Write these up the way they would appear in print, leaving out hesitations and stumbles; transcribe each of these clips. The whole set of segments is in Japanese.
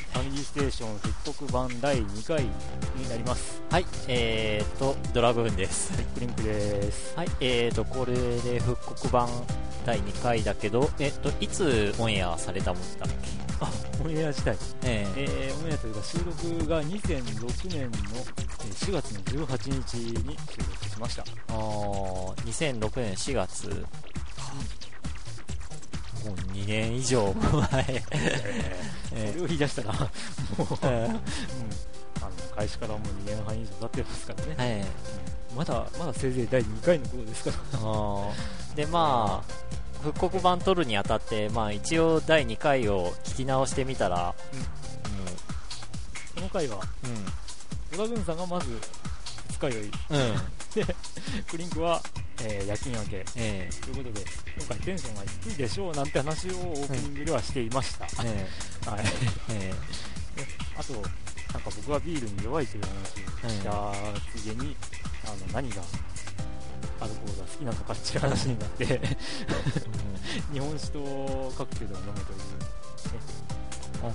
ファミリーステーション復刻版第2回になります。 はい、ドラグーンです。 はい、クリンクです。 はい、これで復刻版第2回だけど、いつオンエアされたもんだっけ？ あ、オンエア自体。オンエアというか収録が2006年の4月の18日に収録しました。 2006年4月。もう2年以上前。これを言い出したら、もう、開始からもう2年半以上経ってますからね。まだせいぜい第2回の頃ですから。 で、まあ、復刻版撮るにあたって、まあ一応第2回を聞き直してみたら、 この回は、ドラグーンさんがまず二日酔い、でクリンクは、夜勤明け、ということで今回テンションが低いでしょうなんて話をオープニングではしていました。はい。あとなんか僕はビールに弱いという話をしたついでに、何がアルコールが好きなのかっていう話になって日本酒とカクテルを飲むという、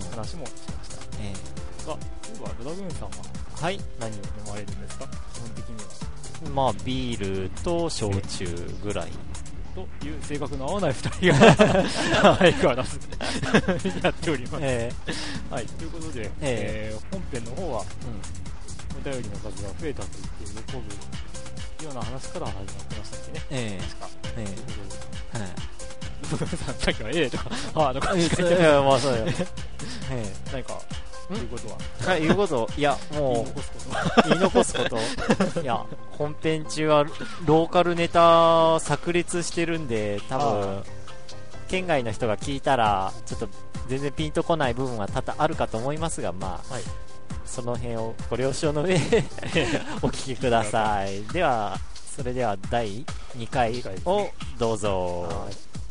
話もしました。が、今日はドラグーンさんは、何を飲まれるんですか？基本的には。 まあビールと焼酎ぐらいという性格の合わない2人が相変わらずやっております。はい、ということで、本編の方は、お便りの数が増えたと言って喜ぶような話から始まってましたっけね。確か。ということで、さっきはとか、とかしか言ってない。 まあそうよ。 何か言うことは言うこと、いやもう言い残すこといや本編中はローカルネタ炸裂してるんで、多分県外の人が聞いたらちょっと全然ピンとこない部分は多々あるかと思いますが、まあ、その辺をご了承の上お聞きください。ではそれでは第2回をどうぞ。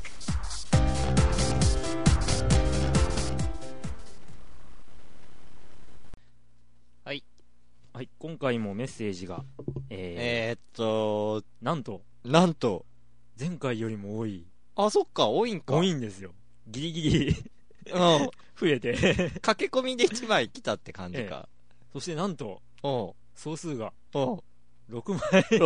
はい、今回もメッセージが、なんと前回よりも多い。 あ、そっか、多いんか。 多いんですよ。ギリギリ増えて駆け込みで1枚来たって感じか。 そしてなんと総数が6枚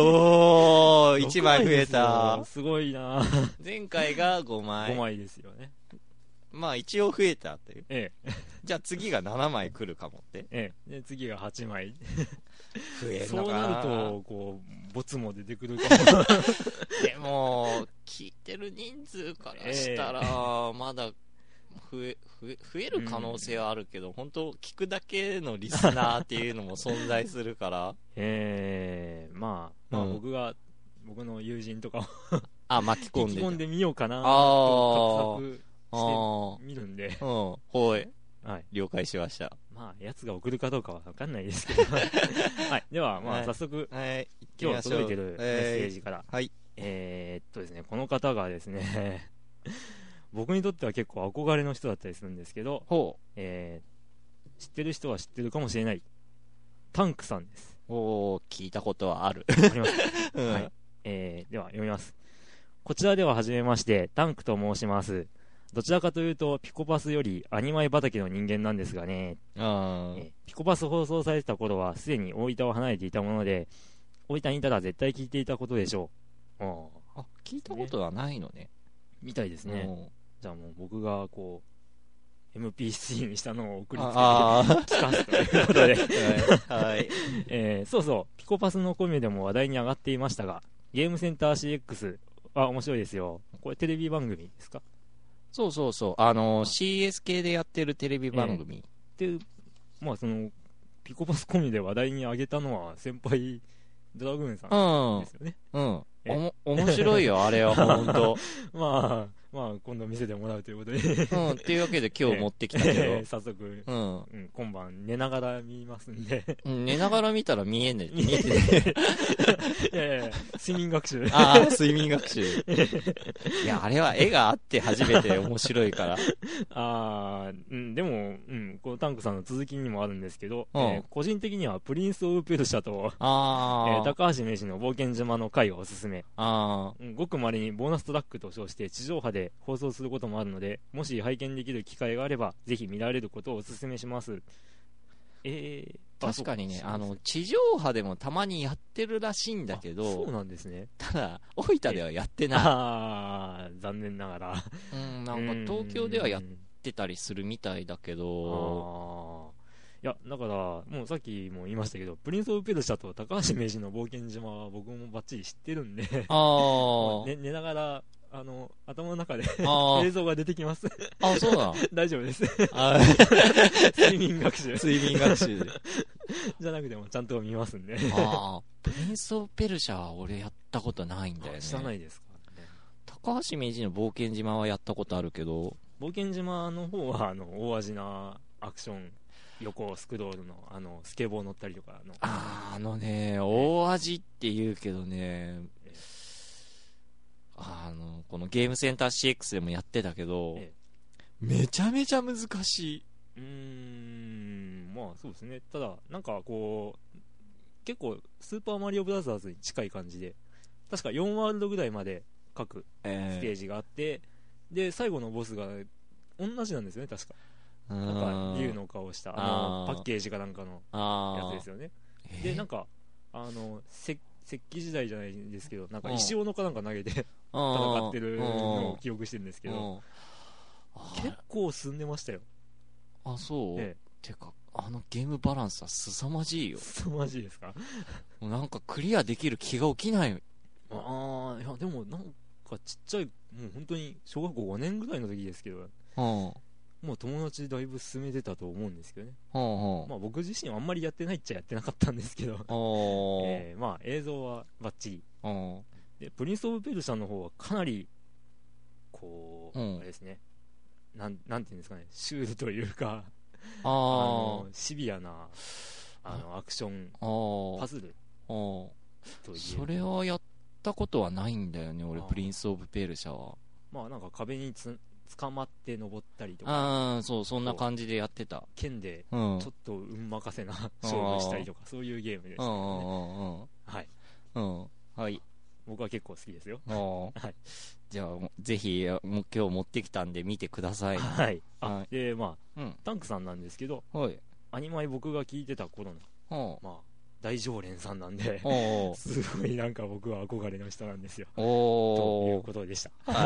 1枚増えた。 すごいな。 前回が5枚ですよね。 まあ一応増えたという。じゃあ次が7枚来るかもって。 で次が8枚増えるのかな。 そうなるとこうボツも出てくるかもでも聞いてる人数からしたらまだ増える可能性はあるけど、本当聞くだけのリスナーっていうのも存在するからまあ僕の友人とかを巻き込んでみようかなと画策してみるんで、 了解しました。 まあやつが送るかどうかは分かんないですけどではまあ早速、今日届いてるメッセージから、ですね、この方がですね僕にとっては結構憧れの人だったりするんですけど、知ってる人は知ってるかもしれないタンクさんです。 聞いたことはある。 あります、では読みます。こちらでは初めまして、タンクと申します。どちらかというとピコパスよりアニマイ畑の人間なんですがね。ピコパス放送されてた頃はすでに大分を離れていたもので、大分にいたら絶対聞いていたことでしょう。 聞いたことはないのね。 みたいですね。じゃあもう僕がこう MP3 にしたのを送りつけて聞かすということでそうそう、ピコパスのコミュでも話題に上がっていましたが、ゲームセンター CX 面白いですよ。これテレビ番組ですか？ そう、CS 系でやってるテレビ番組で、まあそのピコパスコミュで話題に上げたのは先輩ドラグーンさんですよね。 面白いよあれは本当。 まあ今度見せてもらうということでっていうわけで今日持ってきたけど、 早速、今晩寝ながら見ますんで寝ながら見たら見えてねいや睡眠学習睡眠学習いやあれは絵があって初めて面白いからでも、このタンクさんの続きにもあるんですけど、個人的にはプリンス・オブ・ペルシャと高橋名人の冒険島の回がおすすめ。ごくまれにボーナストラックと称して地上波でで放送することもあるので、もし拝見できる機会があればぜひ見られることをお勧めします。 確かにね、地上波でもたまにやってるらしいんだけど、 そうなんですね。 ただ大分ではやってない。 残念ながらなんか東京ではやってたりするみたいだけど、 いやだからもうさっきも言いましたけど、プリンス・オブ・ペルシャと高橋名人の冒険島は僕もバッチリ知ってるんで寝ながら頭の中で映像が出てきます。 そうなの大丈夫です。睡眠学習じゃなくてもちゃんと見ますんで。 プリンス・オブ・ペルシャは俺やったことないんだよね。 知らないですか、ね、 高橋名人の冒険島はやったことあるけど、 冒険島の方は大味なアクション横スクロールのスケボー乗ったりとか大味って言うけどね、このゲームセンター CX でもやってたけど、めちゃめちゃ難しい。 まあそうですね。ただなんかこう結構スーパーマリオブラザーズに近い感じで、確か4ワールドぐらいまで各ステージがあって、で最後のボスが同じなんですよね、確か。なんか竜の顔したパッケージかなんかのやつですよね。でなんか石器時代じゃないんですけど、なんか石斧かなんか投げて戦ってるのを記憶してるんですけど、結構進んでましたよ。 そう、てかゲームバランスは凄まじいよ。 凄まじいですか？ なんかクリアできる気が起きない。いやでもなんかちっちゃい、もう本当に小学校5年ぐらいの時ですけど、もう友達だいぶ進めてたと思うんですけどね。まあ僕自身はあんまりやってないっちゃやってなかったんですけどまあ映像はバッチリで、プリンス・オブ・ペルシャの方はかなりこう、あれですね、なんていうんですかね、シュールというかシビアなアクションパズルという。 それはやったことはないんだよね、俺。プリンス・オブ・ペルシャはまあなんか壁に捕まって登ったりとか、 そんな感じでやってた。 剣でちょっと運任せな勝負したりとか、そういうゲームでしたね。 はい、 僕は結構好きですよ。 じゃあぜひ今日持ってきたんで見てください。 でまあタンクさんなんですけど、アニマイ僕が聞いてた頃のまあ大常連さんなんで、すごいなんか僕は憧れの人なんですよ。ということでした。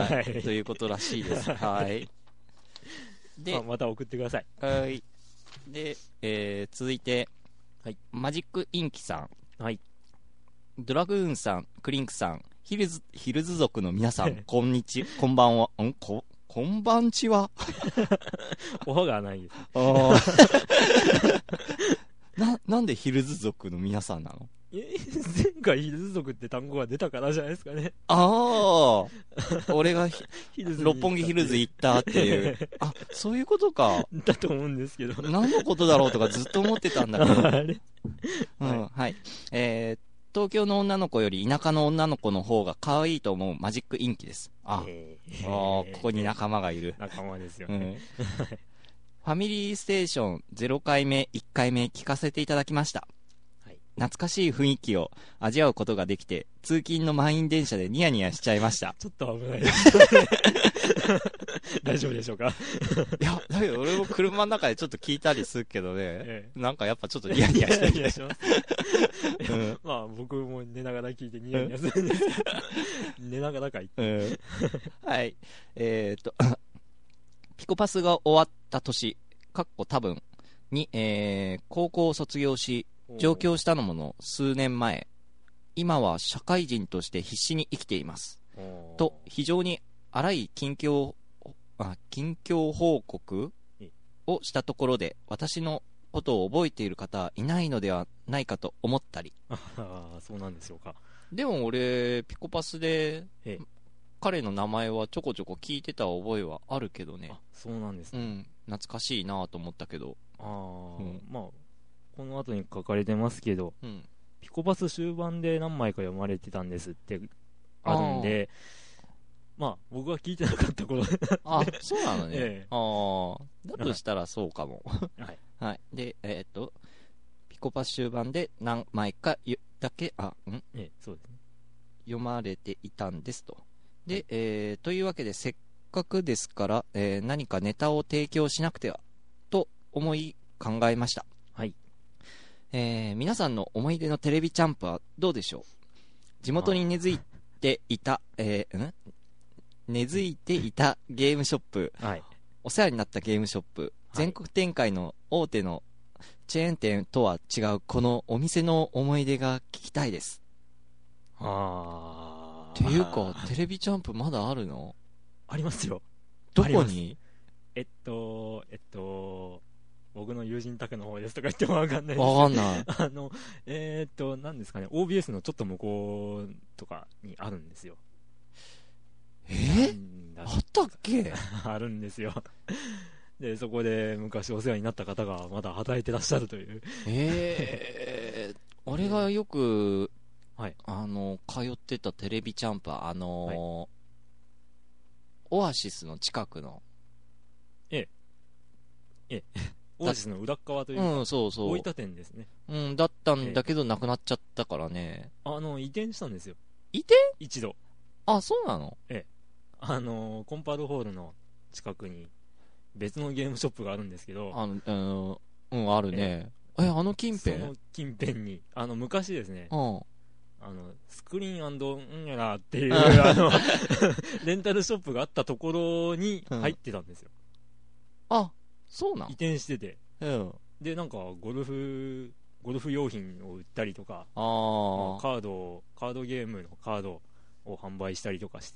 ということらしいです。 でまた送ってください。 で、続いてマジックインキさん、ドラグーンさん、クリンクさん、ヒルズ族の皆さん、こんばんは。こんばんちは。 おはがないです。 なんでヒルズ族の皆さんなの？ 前回ヒルズ族って単語が出たからじゃないですかね。 俺が六本木ヒルズ行ったっていう。そういうことか。 だと思うんですけど。 何のことだろうとかずっと思ってたんだけど。東京の女の子より田舎の女の子の方が可愛いと思うマジックインキです。ここに仲間がいる。 仲間ですよね。 ファミリーステーション0回目、1回目聞かせていただきました。懐かしい雰囲気を味わうことができて、通勤の満員電車でニヤニヤしちゃいました。 ちょっと危ないです大丈夫でしょうか？ いや、だけど俺も車の中でちょっと聞いたりするけどね、なんかやっぱちょっとニヤニヤしてる。 まあ僕も寝ながら聞いてニヤニヤするんですけど、寝ながらかいって。 ピコパスが終わった年、多分に、高校を卒業し、上京したのも数年前、今は社会人として必死に生きていますと、非常に荒い近況報告をしたところで、私のことを覚えている方はいないのではないかと思ったり。 そうなんでしょうか。 でも俺ピコパスで彼の名前はちょこちょこ聞いてた覚えはあるけどね。 そうなんですね。 懐かしいなと思ったけど。 まあこの後に書かれてますけど、ピコパス終盤で何枚か読まれてたんですってあるんで、まあ僕が聞いてなかった頃そうなのね。だとしたらそうかも。でピコパス終盤で何枚かだけそうですね、 読まれていたんですと。で、というわけでせっかくですから、何かネタを提供しなくてはと思い考えました。 はい。 皆さんの思い出のテレビチャンプはどうでしょう。地元に根付いていた、根付いていたゲームショップ、 はい、 お世話になったゲームショップ、全国展開の大手のチェーン店とは違うこのお店の思い出が聞きたいです。っていうか、テレビチャンプまだあるの？ ありますよ。 どこに？ 僕の友人宅の方ですとか言ってもわかんないです。 わかんない。 何ですかね、OBS のちょっと向こうとかにあるんですよ。 あったっけ？ あるんですよ。で、そこで昔お世話になった方がまだ働いてらっしゃるという。 俺がよく、 はい、 通ってたテレビチャンプは、 はい、 オアシスの近くの。 オアシスの裏側というか、 そうそう。 大分店ですね。 だったんだけど、なくなっちゃったからね。 移転したんですよ。 移転？ 一度。 あ、そうなの？ コンパルホールの近くに別のゲームショップがあるんですけど、 あるね。近辺？ その近辺に、昔ですね、スクリーン&やらっていう、レンタルショップがあったところに入ってたんですよ。 あ、そうなん？ 移転してて。で、なんか、ゴルフ用品を売ったりとか、カードゲームのカードを販売したりとかして、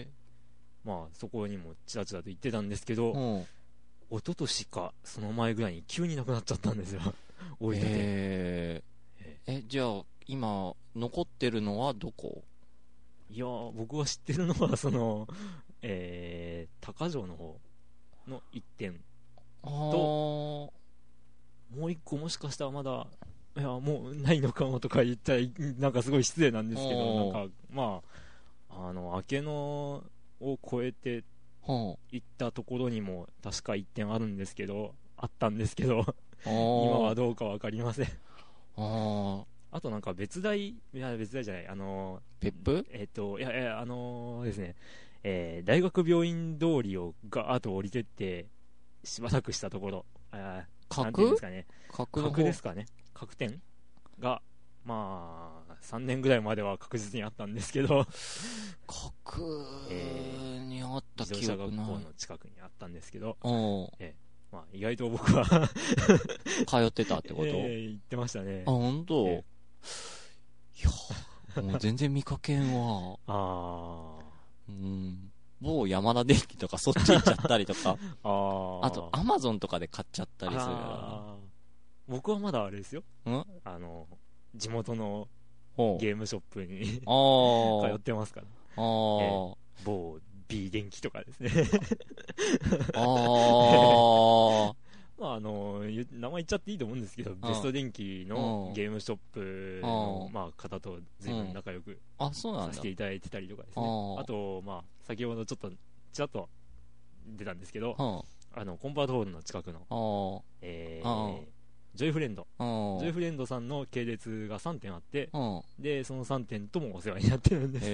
まあ、そこにもちらちらと行ってたんですけど、一昨年かその前ぐらいに急になくなっちゃったんですよ。置いてて。 じゃあ今残ってるのはどこ？ いや僕が知ってるのはその、高城の方の1店と、もう1個もしかしたらまだ、いやもうないのかもとか言ったらなんかすごい失礼なんですけど、なんかまあ明けのを超えて行ったところにも確か1点あるんですけど、あったんですけど今はどうか分かりません。あとなんか別題じゃない、 別府？ ですね、大学病院通りをガーッと降りてってしばらくしたところ、 角ですかね、角ですかね、角店がまあ3年ぐらいまでは確実にあったんですけど、 角にあった記憶ない。 自動車学校の近くにあったんですけど、まあ、意外と僕は通ってたってこと？ 言ってましたね。 あ、本当？いや、もう全然見かけんわ。某山田電機とかそっち行っちゃったりとかあとアマゾンとかで買っちゃったりする。 僕はまだあれですよ、地元のゲームショップに通ってますから、某 B 電機とかですね。まあ名前言っちゃっていいと思うんですけど、ベスト電機のゲームショップの方と随分仲良くさせていただいてたりとかですね。あとまあ先ほどちょっとちらっと出たんですけど、コンパートホールの近くのジョイフレンドさんの系列が3店あって、でその3店ともお世話になってるんです。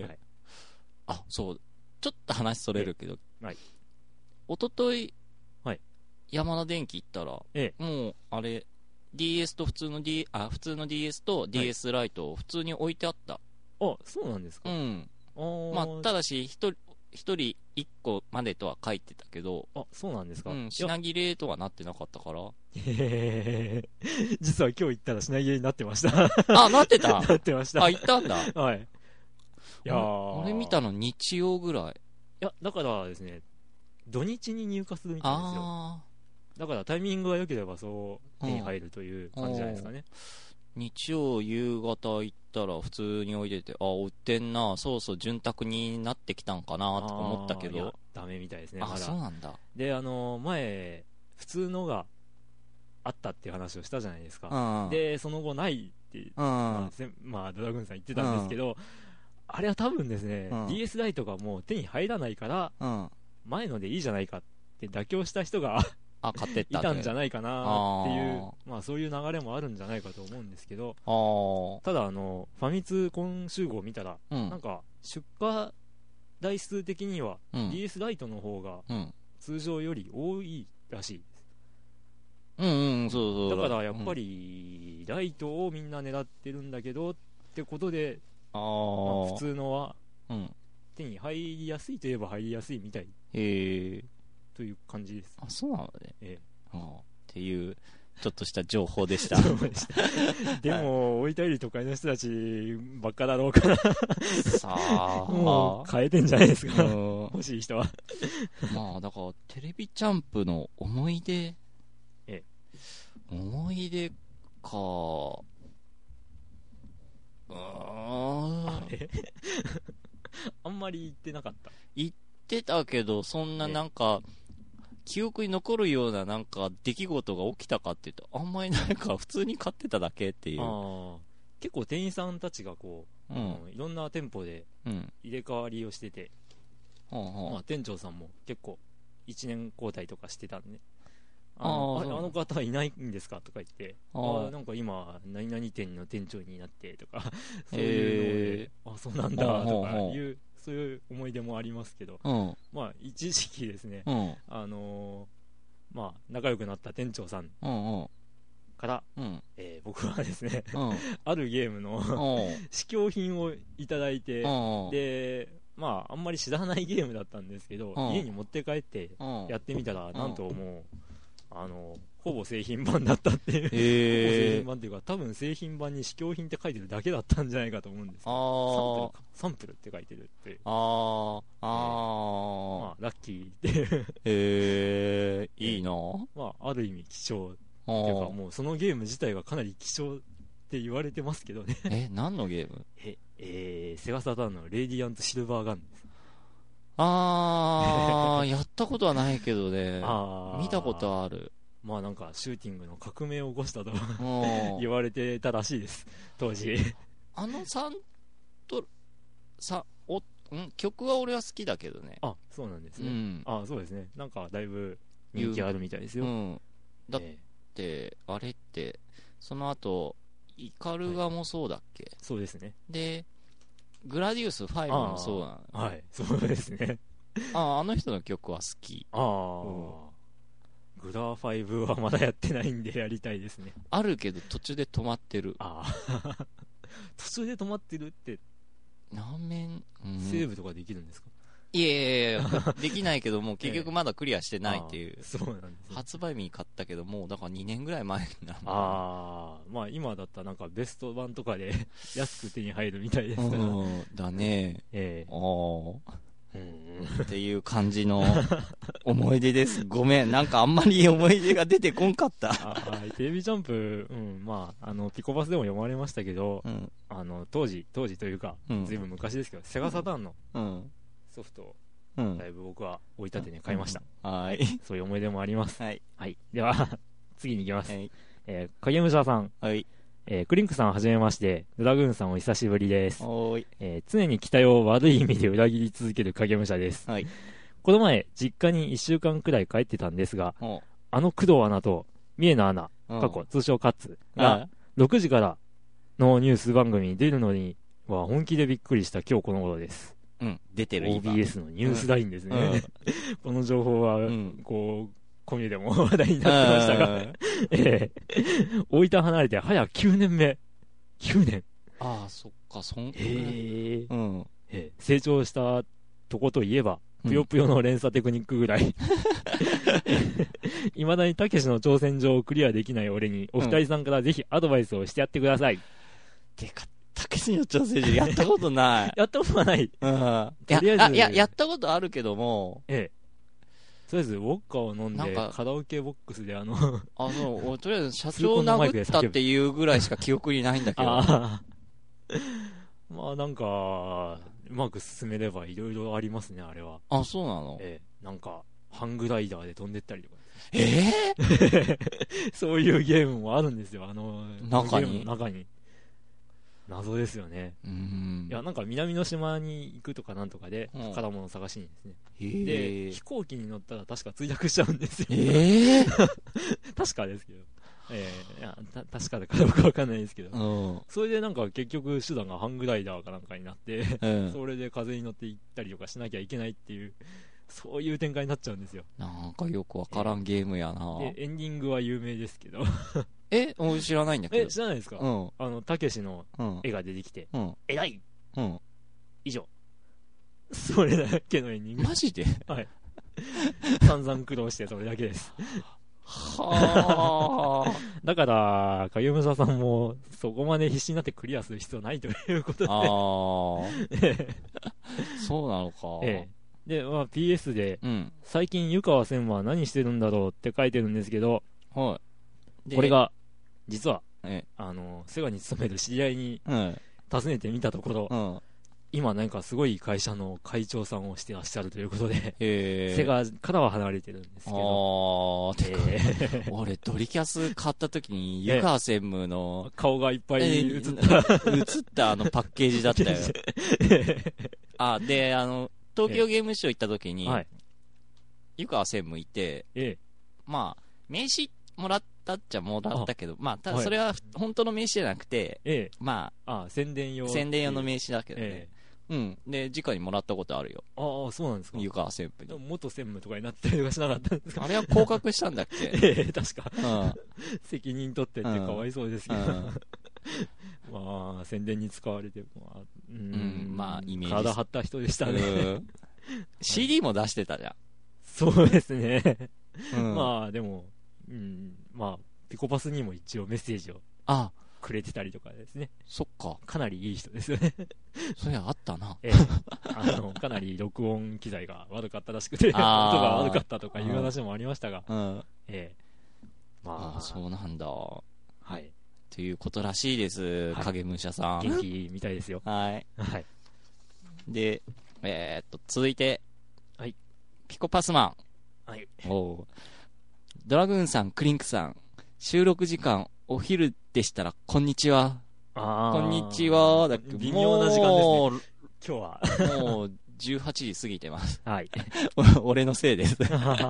はい、 あ、そう、ちょっと話それるけど、おととい山田電機行ったら、もうあれ DS と普通の DS と DS ライトを普通に置いてあった。 あ、そうなんですか。 まあただし一人1個までとは書いてたけど、 あ、そうなんですか。 品切れとはなってなかったから。 実は今日行ったら品切れになってました。 あ、なってた？ なってました。 あ、行ったんだ。 はい。いや俺見たの日曜ぐらい。 いや、だからですね、土日に入荷するみたいですよ。だからタイミングが良ければそう手に入るという感じじゃないですかね。 日曜夕方行ったら普通に置いてて、あ、売ってんな、そうそう潤沢になってきたんかなとか思ったけど、 ダメみたいですね。 あ、そうなんだ。 で、前普通のがあったっていう話をしたじゃないですか。でその後ないって、まあドラグーンさん言ってたんですけど、あれは多分ですね、DS ライトがもう手に入らないから、前のでいいじゃないかって妥協した人が買ってったいたんじゃないかなっていう、まあそういう流れもあるんじゃないかと思うんですけど、ただファミ通今集合見たら、なんか出荷台数的には DS ライトの方が通常より多いらしいです。 そうだからやっぱりライトをみんな狙ってるんだけどってことで、普通のは手に入りやすいといえば入りやすいみたいという感じです。 あ、そうなのね。っていうちょっとした情報でした。 でも置いたり都会の人たちばっかだろうからさあもう変えてんじゃないですか欲しい人は。 まあだからテレビチャンプの思い出か。 あれあんまり言ってなかった。 言ってたけど、そんななんか記憶に残るようななんか出来事が起きたかって言うとあんまりないから、普通に買ってただけっていう。 結構店員さんたちがこう、いろんな店舗で入れ替わりをしてて、店長さんも結構1年交代とかしてたんで、あの方はいないんですかとか言って、なんか今何々店の店長になってとかそういうので、そうなんだとかいうそういう思い出もありますけど、まあ一時期ですね、まあ仲良くなった店長さんから、僕はですね、あるゲームの試供品をいただいて、でまああんまり知らないゲームだったんですけど、家に持って帰ってやってみたら、なんともうほぼ製品版だったっていう、ほぼ製品版っていうか、多分製品版に試供品って書いてるだけだったんじゃないかと思うんですけど、サンプルって書いてるって、まあラッキーっていいな。 まあある意味貴重っていうか、もうそのゲーム自体がかなり希少って言われてますけどね。 何のゲーム？ セガサターンのレイディアントシルバーガンです。 やったことはないけどね、見たことある。 まあなんかシューティングの革命を起こしたと言われてたらしいです当時。 曲は俺は好きだけどね。 そうなんですね。そうですね。なんかだいぶ人気あるみたいですよ。 だってあれってその後イカルガもそうだっけ？ そうですね。 でグラディウス5もそうなの。 そうですね。 あの人の曲は好き。 グラ5はまだやってないんでやりたいですね。 あるけど途中で止まってる。 途中で止まってるって何面、 セーブとかできるんですか？ いやできないけどもう結局まだクリアしてないっていう。 そうなんです、ね、 発売日に買ったけどもうだから2年ぐらい前になる。 まあ今だったらなんかベスト版とかで安く手に入るみたいですから。 だね。っていう感じの思い出です。ごめん、なんかあんまり思い出が出てこんかった。 テレビジャンプ、まあピコバスでも読まれましたけど、当時というか、ずいぶん昔ですけど、セガサターンのソフトをだいぶ僕は追い立てに買いました。そういう思い出もあります。では次に行きます。影武者さん。クリンクさんはじめまして、ドラグーンさんお久しぶりです。常に期待を悪い意味で裏切り続ける影武者です。この前、実家に1週間くらい帰ってたんですが、工藤アナと三重のアナ、通称カッツが、6時からのニュース番組に出るのには本気でびっくりした今日この頃です。 出てる OBS のニュースラインですね。この情報は、こう、コミュでも話題になってましたが、大分離れて早9年目。9年。 そっか、そんくらい。 成長したとこといえば、ぷよぷよの連鎖テクニックぐらい。いまだにたけしの挑戦状をクリアできない俺に、お二人さんからぜひアドバイスをしてやってください。 たけしの挑戦状やったことない。 やったことはない。 やったことあるけども、 とりあえずウォッカを飲んでカラオケボックスでとりあえず社長を殴ったっていうぐらいしか記憶にないんだけどまあなんかうまく進めればいろいろありますね、あれは。 そうなの？ なんかハングライダーで飛んでったりとか、そういうゲームもあるんですよ、 中に謎ですよね。いや、なんか南の島に行くとかなんとかで宝物を探しにですね、で飛行機に乗ったら確か墜落しちゃうんですよ。確かですけど、 いや確かかどうかわかんないですけど、それでなんか結局手段がハングライダーかなんかになって、それで風に乗って行ったりとかしなきゃいけないっていう、そういう展開になっちゃうんですよ。 なんかよくわからんゲームやな。 でエンディングは有名ですけど俺知らないんだけど。 知らないですか？たけしの絵が出てきて、偉い、以上、それだけのエンディング。 マジで？ はい。散々苦労してそれだけです。 はあ。 だから影武者さんもそこまで必死になってクリアする必要ないということで。 そうなのか。 で、PS で、最近湯川専務は何してるんだろうって書いてるんですけど、これが実は、セガに勤める知り合いに訪ねてみたところ、今なんかすごい会社の会長さんをしてらっしゃるということで、セガからは離れてるんですけど、 俺ドリキャス買った時に湯川専務の顔がいっぱい映ったあのパッケージだったよ。で東京ゲームショウ行った時に湯川専務いて、まあ名刺もらったっちゃもらったけど、まあただそれは本当の名刺じゃなくて、まあ宣伝用の名刺だけどね。で直にもらったことあるよ。 そうなんですか。 湯川専務に。 元専務とかになったりとかしなかったんですか？ あれは降格したんだっけ？ 確か。責任取ってってかわいそうですけど。まあ宣伝に使われて、 まあイメージ。 体張った人でしたね。 CD も出してたじゃん。 そうですね。まあでも、まあピコパスにも一応メッセージをくれてたりとかですね。 そっか。 かなりいい人ですよね。 そりゃあったな。 かなり録音機材が悪かったらしくて、音が悪かったとかいう話もありましたが、まあそうなんだ。 はい。 ということらしいです、影武者さん。 元気みたいですよ。 はい。で、続いて、ピコパスマン。ドラグーンさん、クリンクさん、収録時間お昼でしたらこんにちは。こんにちは。だ微妙な時間ですね。今日はもう18時過ぎてます。 はい。 俺のせいです。はい。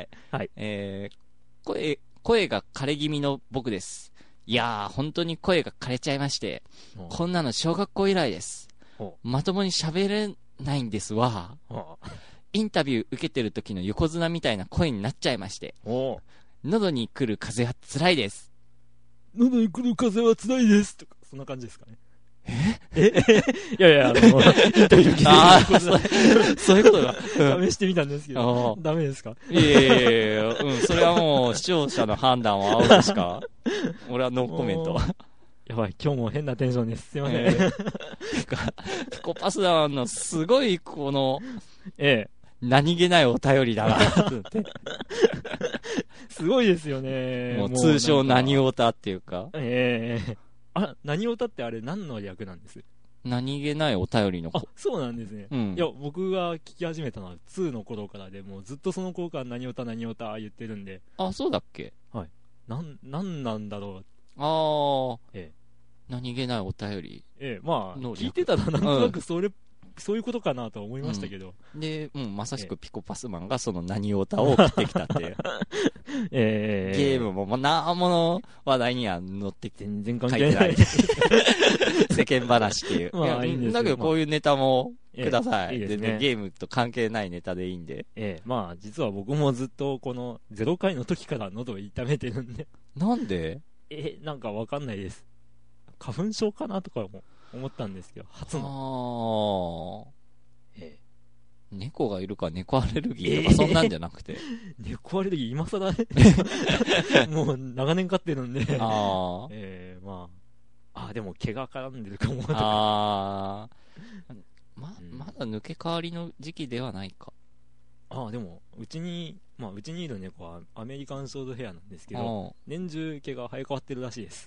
はい。 声が枯れ気味の僕です。いやー、本当に声が枯れちゃいまして、こんなの小学校以来です。まともに喋れないんですわ。インタビュー受けてる時の横綱みたいな声になっちゃいまして、喉に来る風は辛いです。 喉に来る風は辛いですとか、そんな感じですかね。いや、インタビュー聞いてそういうことが。 試してみたんですけど、ダメですか？ いや、それはもう視聴者の判断を仰ぐしか、俺はノーコメント。 やばい、今日も変なテンションです。すいません。 ピコパスダーのすごいこの、何気ないお便りだなってすごいですよね。 もう通称何オタっていうか。 何オタってあれ何の略なんです？ 何気ないお便りの。 そうなんですね。いや、僕が聞き始めたのは2の頃からで、もうずっとその頃から何オタ言ってるんで。 そうだっけ？ はい。なんなんだろう。何気ないお便り。 まあ、聞いてたらなんとなくそういうことかなと思いましたけど。 で、まさしくピコパスマンがその何オタを送ってきたっていう。ゲームも、なんもの話題には乗ってきて、 全然関係ない。 世間話っていう。 いいんですだけどこういうネタもください。 いいですね。 ゲームと関係ないネタでいいんで。 まあ、実は僕もずっとこの0回の時から喉を痛めてるんで。 なんで？ なんかわかんないです。花粉症かなとかも思ったんですけど、初の。 猫がいるか猫アレルギーとかそんなんじゃなくて。 猫アレルギー今更ね。もう長年飼ってるんで。まあ。でも毛が絡んでるかもとか。 まだ抜け替わりの時期ではないか。 でも、うちにいる猫はアメリカンショートヘアなんですけど、年中毛が生え変わってるらしいです。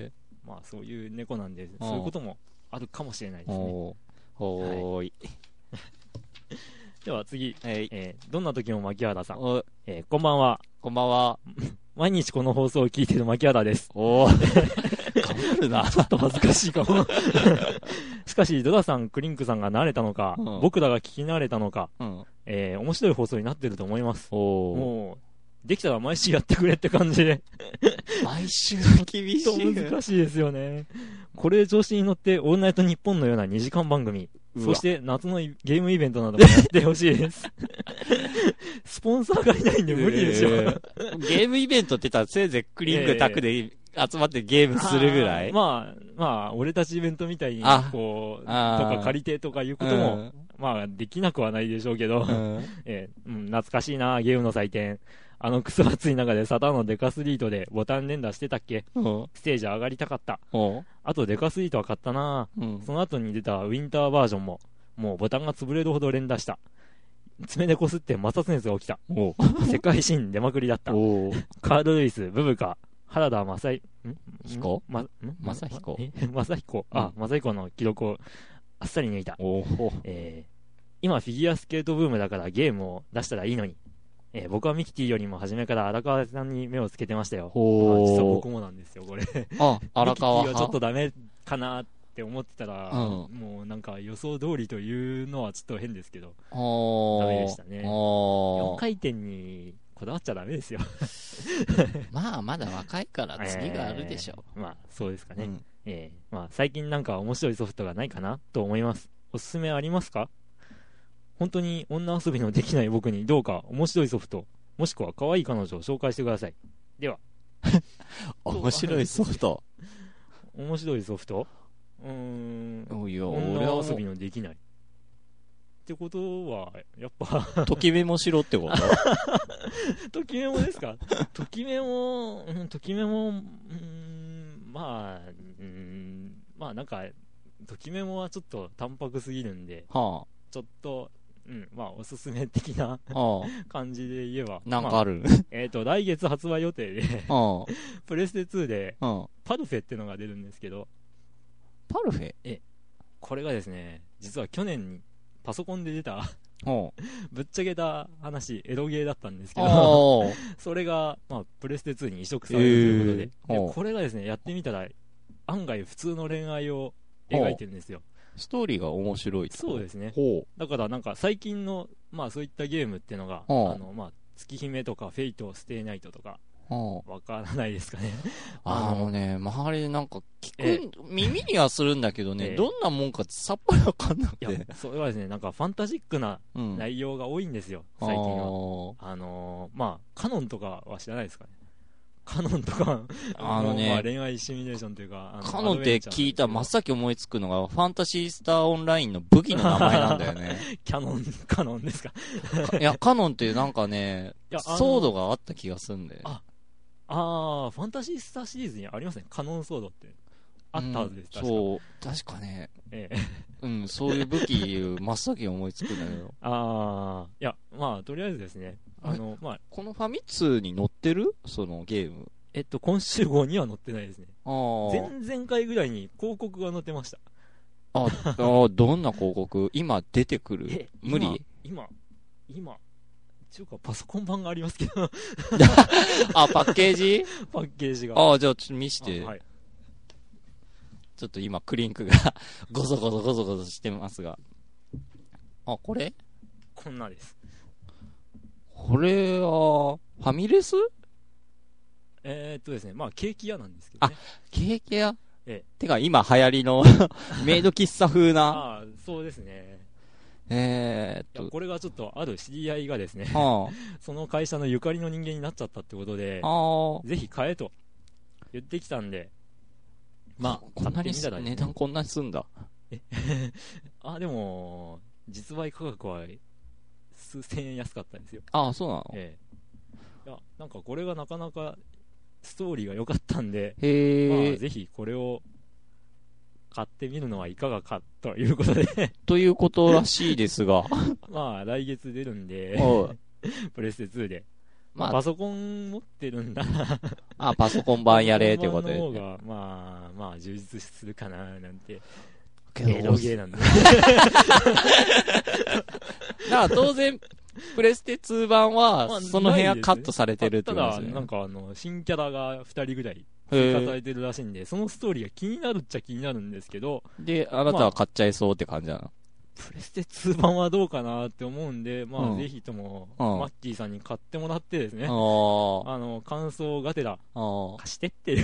まあそういう猫なんで、そういうこともあるかもしれないですね。 はい。 では次、どんな時も牧原さん。こんばんは。 こんばんは。 毎日この放送を聞いている牧原です。 頑張るな。 ちょっと恥ずかしいかも。しかし、ドラさん、クリンクさんが慣れたのか、僕らが聞き慣れたのか、面白い放送になってると思います。もう、 できたら毎週やってくれって感じで。 毎週は厳しい。 難しいですよね。これ調子に乗って、オールナイトニッポンのような2時間番組、そして夏のゲームイベントなどもやってほしいです。スポンサーがいないんで無理ですよ。 ゲームイベントって言ったらせいぜいクリングタクで集まってゲームするぐらい、 まあ、俺たちイベントみたいに、こう、とか借りてとかいうことも、まあ、できなくはないでしょうけど、懐かしいな、ゲームの祭典。クソ暑い中でサタンのデカスリートでボタン連打してたっけ？ステージ上がりたかった。あとデカスリートは買ったな、その後に出たウィンターバージョンも、もうボタンが潰れるほど連打した。爪でこすって摩擦熱が起きた。世界新出まくりだった。カール・ルイス、ブブカ、原田正彦正彦の記録をあっさり抜いた。今フィギュアスケートブームだからゲームを出したらいいのに。僕はミキティよりも初めから荒川さんに目をつけてましたよ。実は僕もなんですよ、これ。 荒川ミキティはちょっとダメかなって思ってたら、もうなんか予想通りというのはちょっと変ですけど、ダメでしたね。4回転にこだわっちゃダメですよ。 まあ、まだ若いから次があるでしょう。 まあ、そうですかね。まあ、最近なんか面白いソフトがないかなと思います。おすすめありますか？本当に女遊びのできない僕にどうか面白いソフト、もしくは可愛い彼女を紹介してください。では。 面白いソフト。 面白いソフト？女遊びのできない。ってことは、やっぱ。 ときメモしろってことときメモですか？ときメモ、まあなんか、ときメモはちょっと淡白すぎるんで、ちょっと、まあおすすめ的な感じで言えば。 なんかある？ 来月発売予定で、プレステ2で、パルフェってのが出るんですけど、 パルフェ？ これがですね、実は去年にパソコンで出た、ぶっちゃけた話、エロゲーだったんですけど、それが、まあ、プレステ2に移植されるということで、これがですね、やってみたら、案外普通の恋愛を描いてるんですよ。 ストーリーが面白い。 そうですね。だからなんか最近の、まあそういったゲームっていうのが、まあ、月姫とかフェイト、ステイナイトとか、わからないですかね。 周りでなんか聞く、耳にはするんだけどね、どんなもんかさっぱりわかんなくて。 いや、それはですね、なんかファンタジックな内容が多いんですよ、最近は。まあ、カノンとかは知らないですかね。カノンとか、まあ恋愛シミュレーションというか、 カノンって聞いた真っ先思いつくのが、ファンタシースターオンラインの武器の名前なんだよね。 カノンですか。 いや、カノンってなんかね、ソードがあった気がするんで。 ファンタシースターシリーズにありますね、カノンソードって。あったはずです、 そう、確かね。そういう武器、真っ先に思いつくんだけど。 いや、まあ、とりあえずですね、まあ、 このファミ通に載ってるそのゲーム。 今週号には載ってないですね。前々回ぐらいに広告が載ってました。 どんな広告？今出てくる？無理？ 今、っていうかパソコン版がありますけど。 パッケージ？ パッケージが。 じゃあちょっと見して。ちょっと今クリンクがゴソゴソしてますが。これ？ こんなです。 これは、ファミレス？ ですね、まあケーキ屋なんですけどね。 ケーキ屋？てか今流行りのメイド喫茶風な。 そうですね。これがちょっとある知り合いがですね、その会社のゆかりの人間になっちゃったってことで、ぜひ買えと言ってきたんで、まあ、 こんなに値段こんなにすんだ。 でも、実売価格は数千円安かったんですよ。 そうなの？ いや、なんかこれがなかなかストーリーが良かったんで、まあ、ぜひこれを買ってみるのはいかがかということでということらしいですがまあ来月出るんでプレステ2で、パソコン持ってるんだパソコン版やれってことで、 パソコン版の方がまあ充実するかななんて。エロゲーなんだだから当然プレステ2版はその辺はカットされてるってことですね。 ただなんか新キャラが2人ぐらい追加されてるらしいんで、そのストーリーが気になるっちゃ気になるんですけど、 であなたは買っちゃいそうって感じなの？ プレステ2版はどうかなって思うんで、まあ、ぜひとも、マッキーさんに買ってもらってですね、感想がてら、貸してっていう。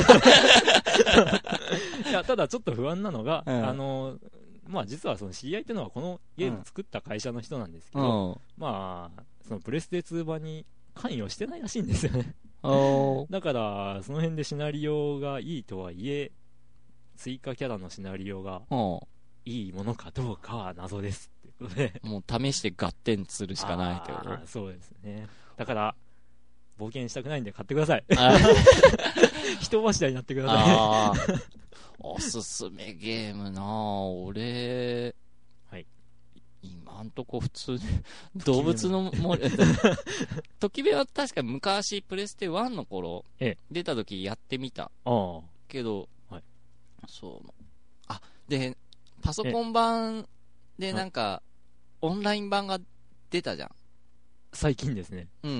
いや、ただちょっと不安なのが、まあ実はその知り合いっていうのはこのゲーム作った会社の人なんですけど、まあ、そのプレステ2版に関与してないらしいんですよね。だから、その辺でシナリオがいいとはいえ、追加キャラのシナリオがいいものかどうかは謎ですっていうことで。 もう試して合点するしかないってこと。 そうですね。だから、冒険したくないんで買ってください。人柱になってください。 おすすめゲームなぁ。俺、 はい。 今んとこ普通に、動物の森、ときめは確か昔プレステ1の頃、出た時やってみた。けど、そう。で、パソコン版でなんか、オンライン版が出たじゃん。 最近ですね。 うん。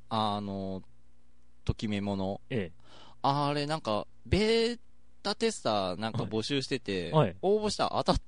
ときめもの。あれなんか、ベータテスターなんか募集してて、応募したら当たって。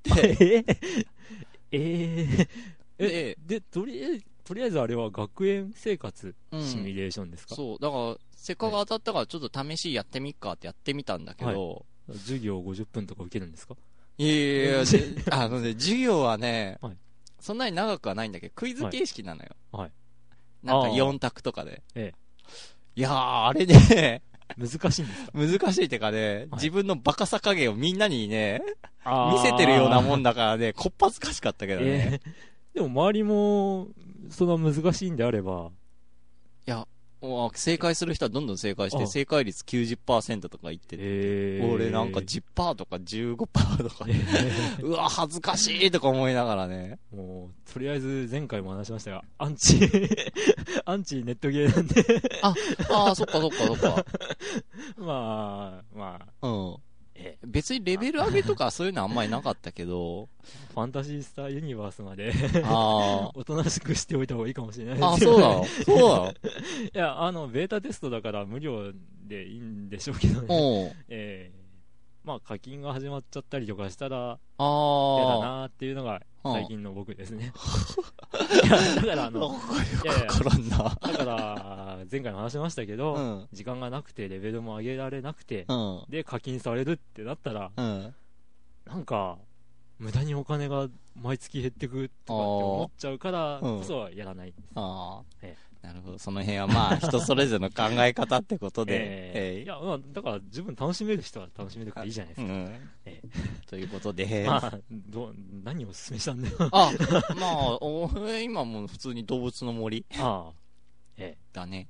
で、とりあえずあれは学園生活シミュレーションですか？ そう。だから、せっかく当たったからちょっと試しやってみっかってやってみたんだけど、 授業50分とか受けるんですか？ いや授業はね、そんなに長くはないんだけど、クイズ形式なのよ。なんか4択とかで。いやー、あれね、 難しいんですか？ 難しいってかね、自分のバカさ加減をみんなにね、見せてるようなもんだからね、こっぱずかしかったけどね。 でも周りも、そんな難しいんであれば。 いや、正解する人はどんどん正解して、正解率 90% とかいってて、俺なんか 10% とか 15% とか、うわ、恥ずかしいとか思いながらね。 もう、とりあえず前回も話しましたが、アンチネットゲーなんでそっかそっかそっか。 まあ、 別にレベル上げとかそういうのあんまりなかったけど、 ファンタジースターユニバースまでおとなしくしておいた方がいいかもしれないですよね。そうだろいや、ベータテストだから無料でいいんでしょうけどね。まあ課金が始まっちゃったりとかしたら、嫌だなーっていうのが最近の僕ですね。いや、だからだから前回も話しましたけど、時間がなくてレベルも上げられなくて、で課金されるってなったら、なんか無駄にお金が毎月減ってくとかって思っちゃうからこそやらないんです。 なるほど。その辺はまあ人それぞれの考え方ってことで。 いや、だから自分楽しめる人は楽しめるからいいじゃないですか。 ということで。 まあ、何をおすすめしたんだよ。 まあ、今もう普通に動物の森。だね。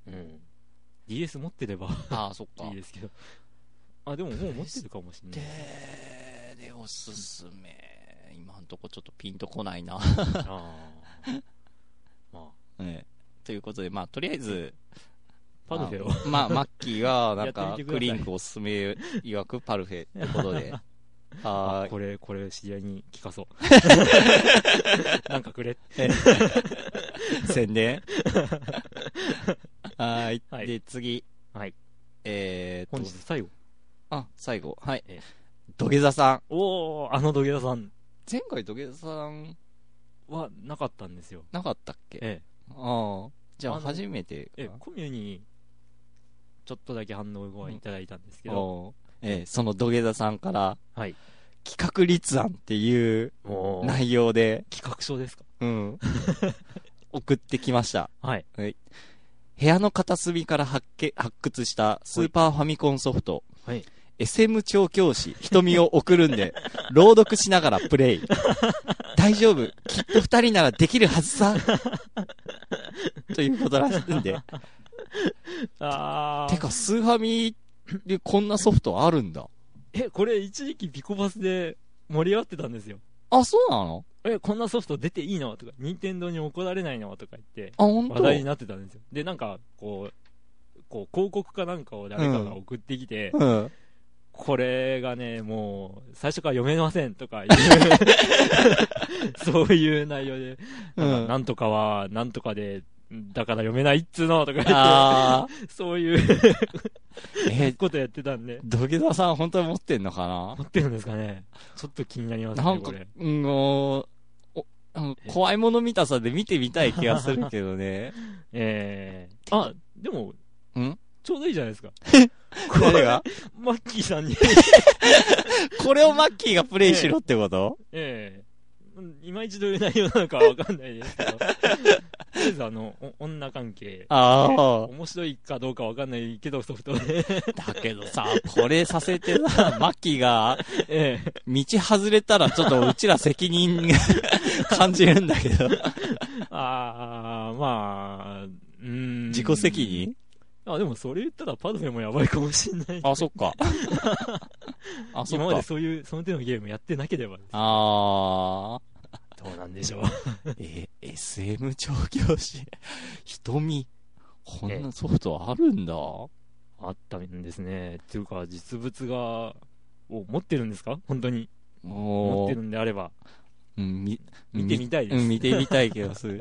DS 持ってればそっか。 いいですけど。でももう持ってるかもしれない。 で、おすすめ。今んとこちょっとピンとこないな。ということで、まあ、とりあえず、 パルフェを。 マッキーは、なんか、クリンクおすすめ曰くパルフェってことで。 これ、知り合いに聞かそう。なんかくれ。 宣伝で、次。 本日最後。 最後。はい。土下座さん。 土下座さん。 前回土下座さんはなかったんですよ。 なかったっけ？じゃあ初めてコミュにちょっとだけ反応をいただいたんですけど、 その土下座さんから、企画立案っていう内容で企画書ですか？ 送ってきました。部屋の片隅から発掘したスーパーファミコンソフト、SM 調教師瞳を送るんで朗読しながらプレイ。大丈夫、きっと2人ならできるはずさ。ということらしいんで。てかスーファミでこんなソフトあるんだ。 これ一時期ピコパスで盛り上がってたんですよ。 そうなの？ こんなソフト出ていいのとか、任天堂に怒られないのとか言って、 本当？ 話題になってたんですよ。で、なんか、広告かなんかを誰かが送ってきて、これがね、もう、最初から読めませんとかいう、そういう内容で、なんとかは、なんとかで、 だから読めないっつうのとか言って、そういうことやってたんで。 土下座さん本当に持ってんのかな？ 持ってるんですかね。ちょっと気になりますね、 なんか、怖いもの見たさで見てみたい気がするけどね。 でも、ちょうどいいじゃないですか。 誰がマッキーさんに。 これをマッキーがプレイしろってこと？ 今一度言えないようなのかわかんないですけど。とりあえず女関係。面白いかどうかわかんないけど、ソフトで。 だけどさ、これさせてさ、マッキーが、道外れたらちょっとうちら責任感じるんだけど。自己責任？ でもそれ言ったらパドフェもやばいかもしんない。 そっか。 今までその手のゲームやってなければです。どうなんでしょう。 SM 調教師。瞳。こんなソフトあるんだ。 あったんですね。っていうか、実物を持ってるんですか？本当に。持ってるんであれば。見てみたいです。 見てみたい気がする。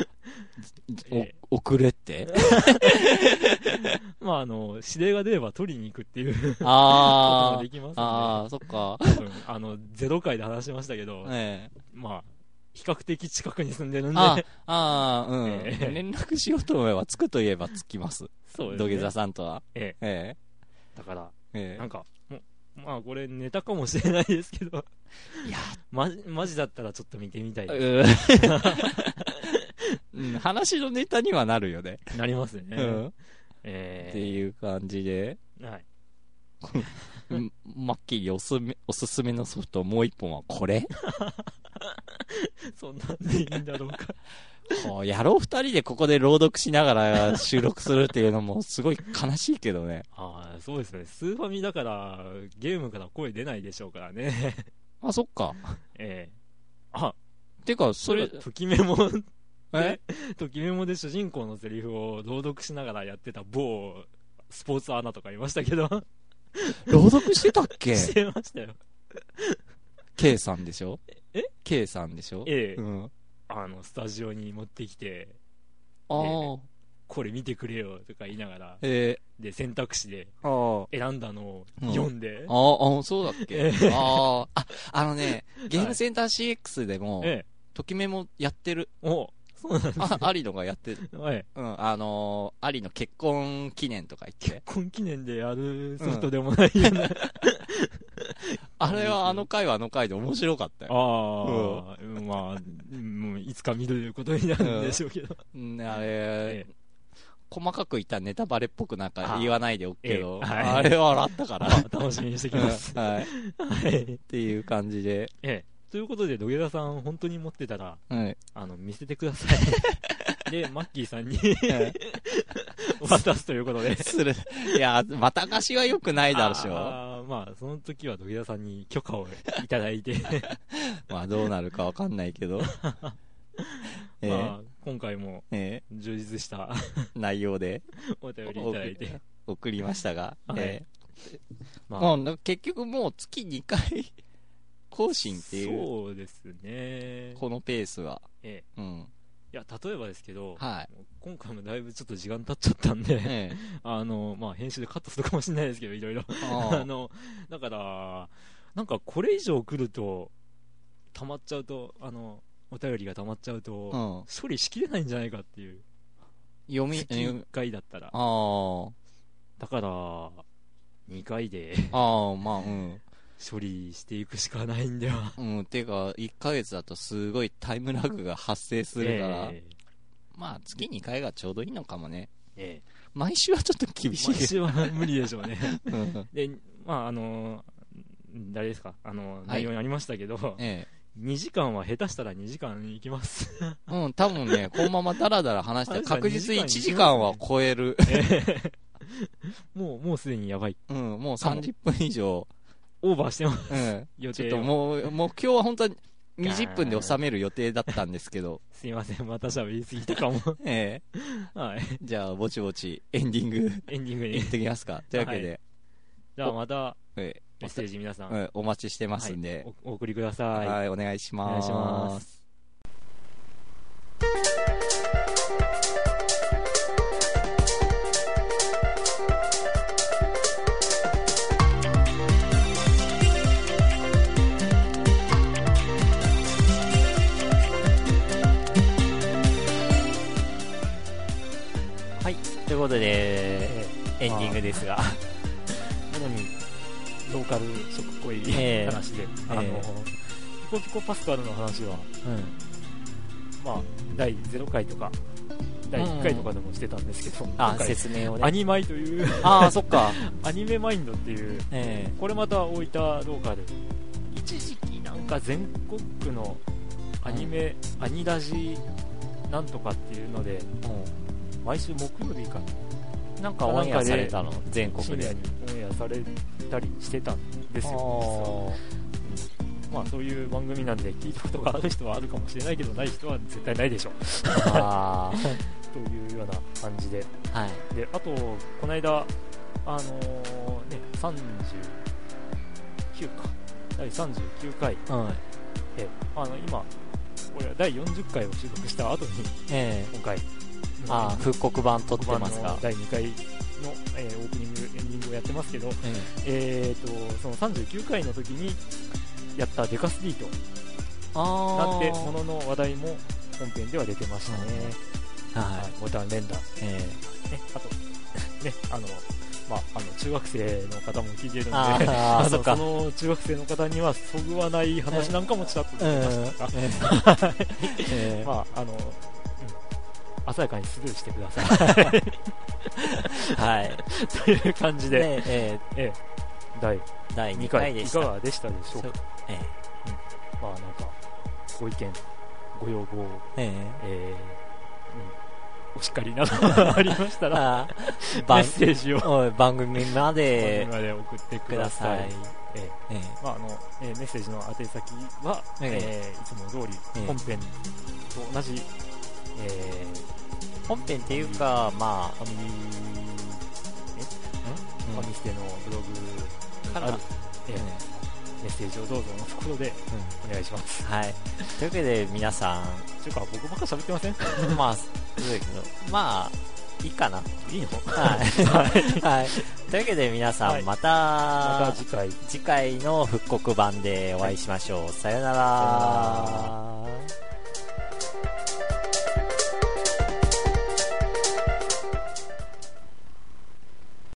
送れって指令が出れば取りに行くっていうこともできますので。 そっか。 多分、0回で話しましたけど、比較的近くに住んでるんで。 連絡しようと思えば、つくといえばつきます。 そうですね。 土下座さんとは。 だから、なんか、これネタかもしれないですけど、いや、マジだったらちょっと見てみたいです。 話のネタにはなるよね。 なりますね。 っていう感じで。マッキーにおすすめのソフトもう一本はこれ？ そんなんでいいんだろうか。 やろう二人でここで朗読しながら収録するっていうのもすごい悲しいけどね。 そうですね。スーファミだからゲームから声出ないでしょうからね。 そっか。 てか、それ、ときメモで主人公のセリフを朗読しながらやってた某スポーツアナとかいましたけど。 朗読してたっけ？ してましたよ。 K さんでしょ？K さんでしょ？ スタジオに持ってきて、これ見てくれよとか言いながら、で、選択肢で選んだのを読んで。 そうだっけ？ゲームセンター CX でも、ときメモやってる。 そうなんですね。 有野がやってる。有野結婚記念とか言って。 結婚記念でやるソフトでもないよね。 あれはあの回はあの回で面白かったよ。 いつか見ることになるんでしょうけど。 あれ、細かく言ったらネタバレっぽくなんか言わないでおくけど、あれは笑ったから。 楽しみにしてきます。 っていう感じで。 ということで、土下座さん本当に持ってたら、見せてください。で、マッキーさんに渡すということで。 いや、また貸しは良くないだろうしょ。 その時は土下座さんに許可をいただいて。 どうなるかわかんないけど。 今回も充実した内容でお便りいただいて送りましたが、結局もう月2回更新っていう。 そうですね。 このペースは。 いや、例えばですけど、今回もだいぶちょっと時間経っちゃったんで、編集でカットするかもしれないですけど、いろいろ。だから、なんかこれ以上来ると、溜まっちゃうと、お便りが溜まっちゃうと、処理しきれないんじゃないかっていう。月1回だったら。だから、2回で。処理していくしかないんでは。 ていうか、1ヶ月だとすごいタイムラグが発生するから、月2回がちょうどいいのかもね。毎週はちょっと厳しい。 毎週は無理でしょうね。で、誰ですか内容にありましたけど、2時間は下手したら2時間いきます。 多分ね、このままダラダラ話して確実1時間は超える。 もうすでにやばい。 もう30分以上。 オーバーしてます。 ちょっともう、目標は本当に20分で収める予定だったんですけど。 すいません、また喋りすぎたかも。 じゃあ、ぼちぼちエンディングに行ってきますか。というわけで。 じゃあまた、メッセージ皆さん。 お待ちしてますんで。 お送りください。 お願いします。 お願いします。 ことで、エンディングですが。 ものにローカル色っぽい話で、ピコピコパスカルの話は、まあ、第0回とか、第1回とかでもしてたんですけど、 説明をね。 アニマイという、 そっか。 アニメマインドっていう、これまた大分ローカル、一時期なんか全国のアニメ、アニラジなんとかっていうので、毎週木曜日かなんかオンエアされたの、全国で。 深夜にオンエアされたりしてたんですよ。まあそういう番組なんで聞いたことがある人はあるかもしれないけど、ない人は絶対ないでしょう。というような感じで。で、あと、この間、39か。第39回。今、俺は第40回を収録した後に、今回、 復刻版撮ってますか。 第2回の、オープニング、エンディングをやってますけど、その39回の時にやったデカスディートなんてものの話題も本編では出てましたね。ボタン連打。あと、ね、中学生の方も聞いてるんで、その中学生の方にはそぐわない話なんかもちらっと出てましたが、鮮やかにスルーしてください。という感じで、第2回いかがでしたでしょうか。なんか、ご意見、ご要望、お叱りなどありましたら、メッセージを番組まで送ってください。メッセージの宛先は、いつも通り本編と同じ、 本編っていうか、ファミステのブログからメッセージをどうぞのところでお願いします。 というわけで皆さん、 というか僕ばっか喋ってません？ そうだけど、いいかな。 いいの？ というわけで皆さん、また次回の復刻版でお会いしましょう。さよなら。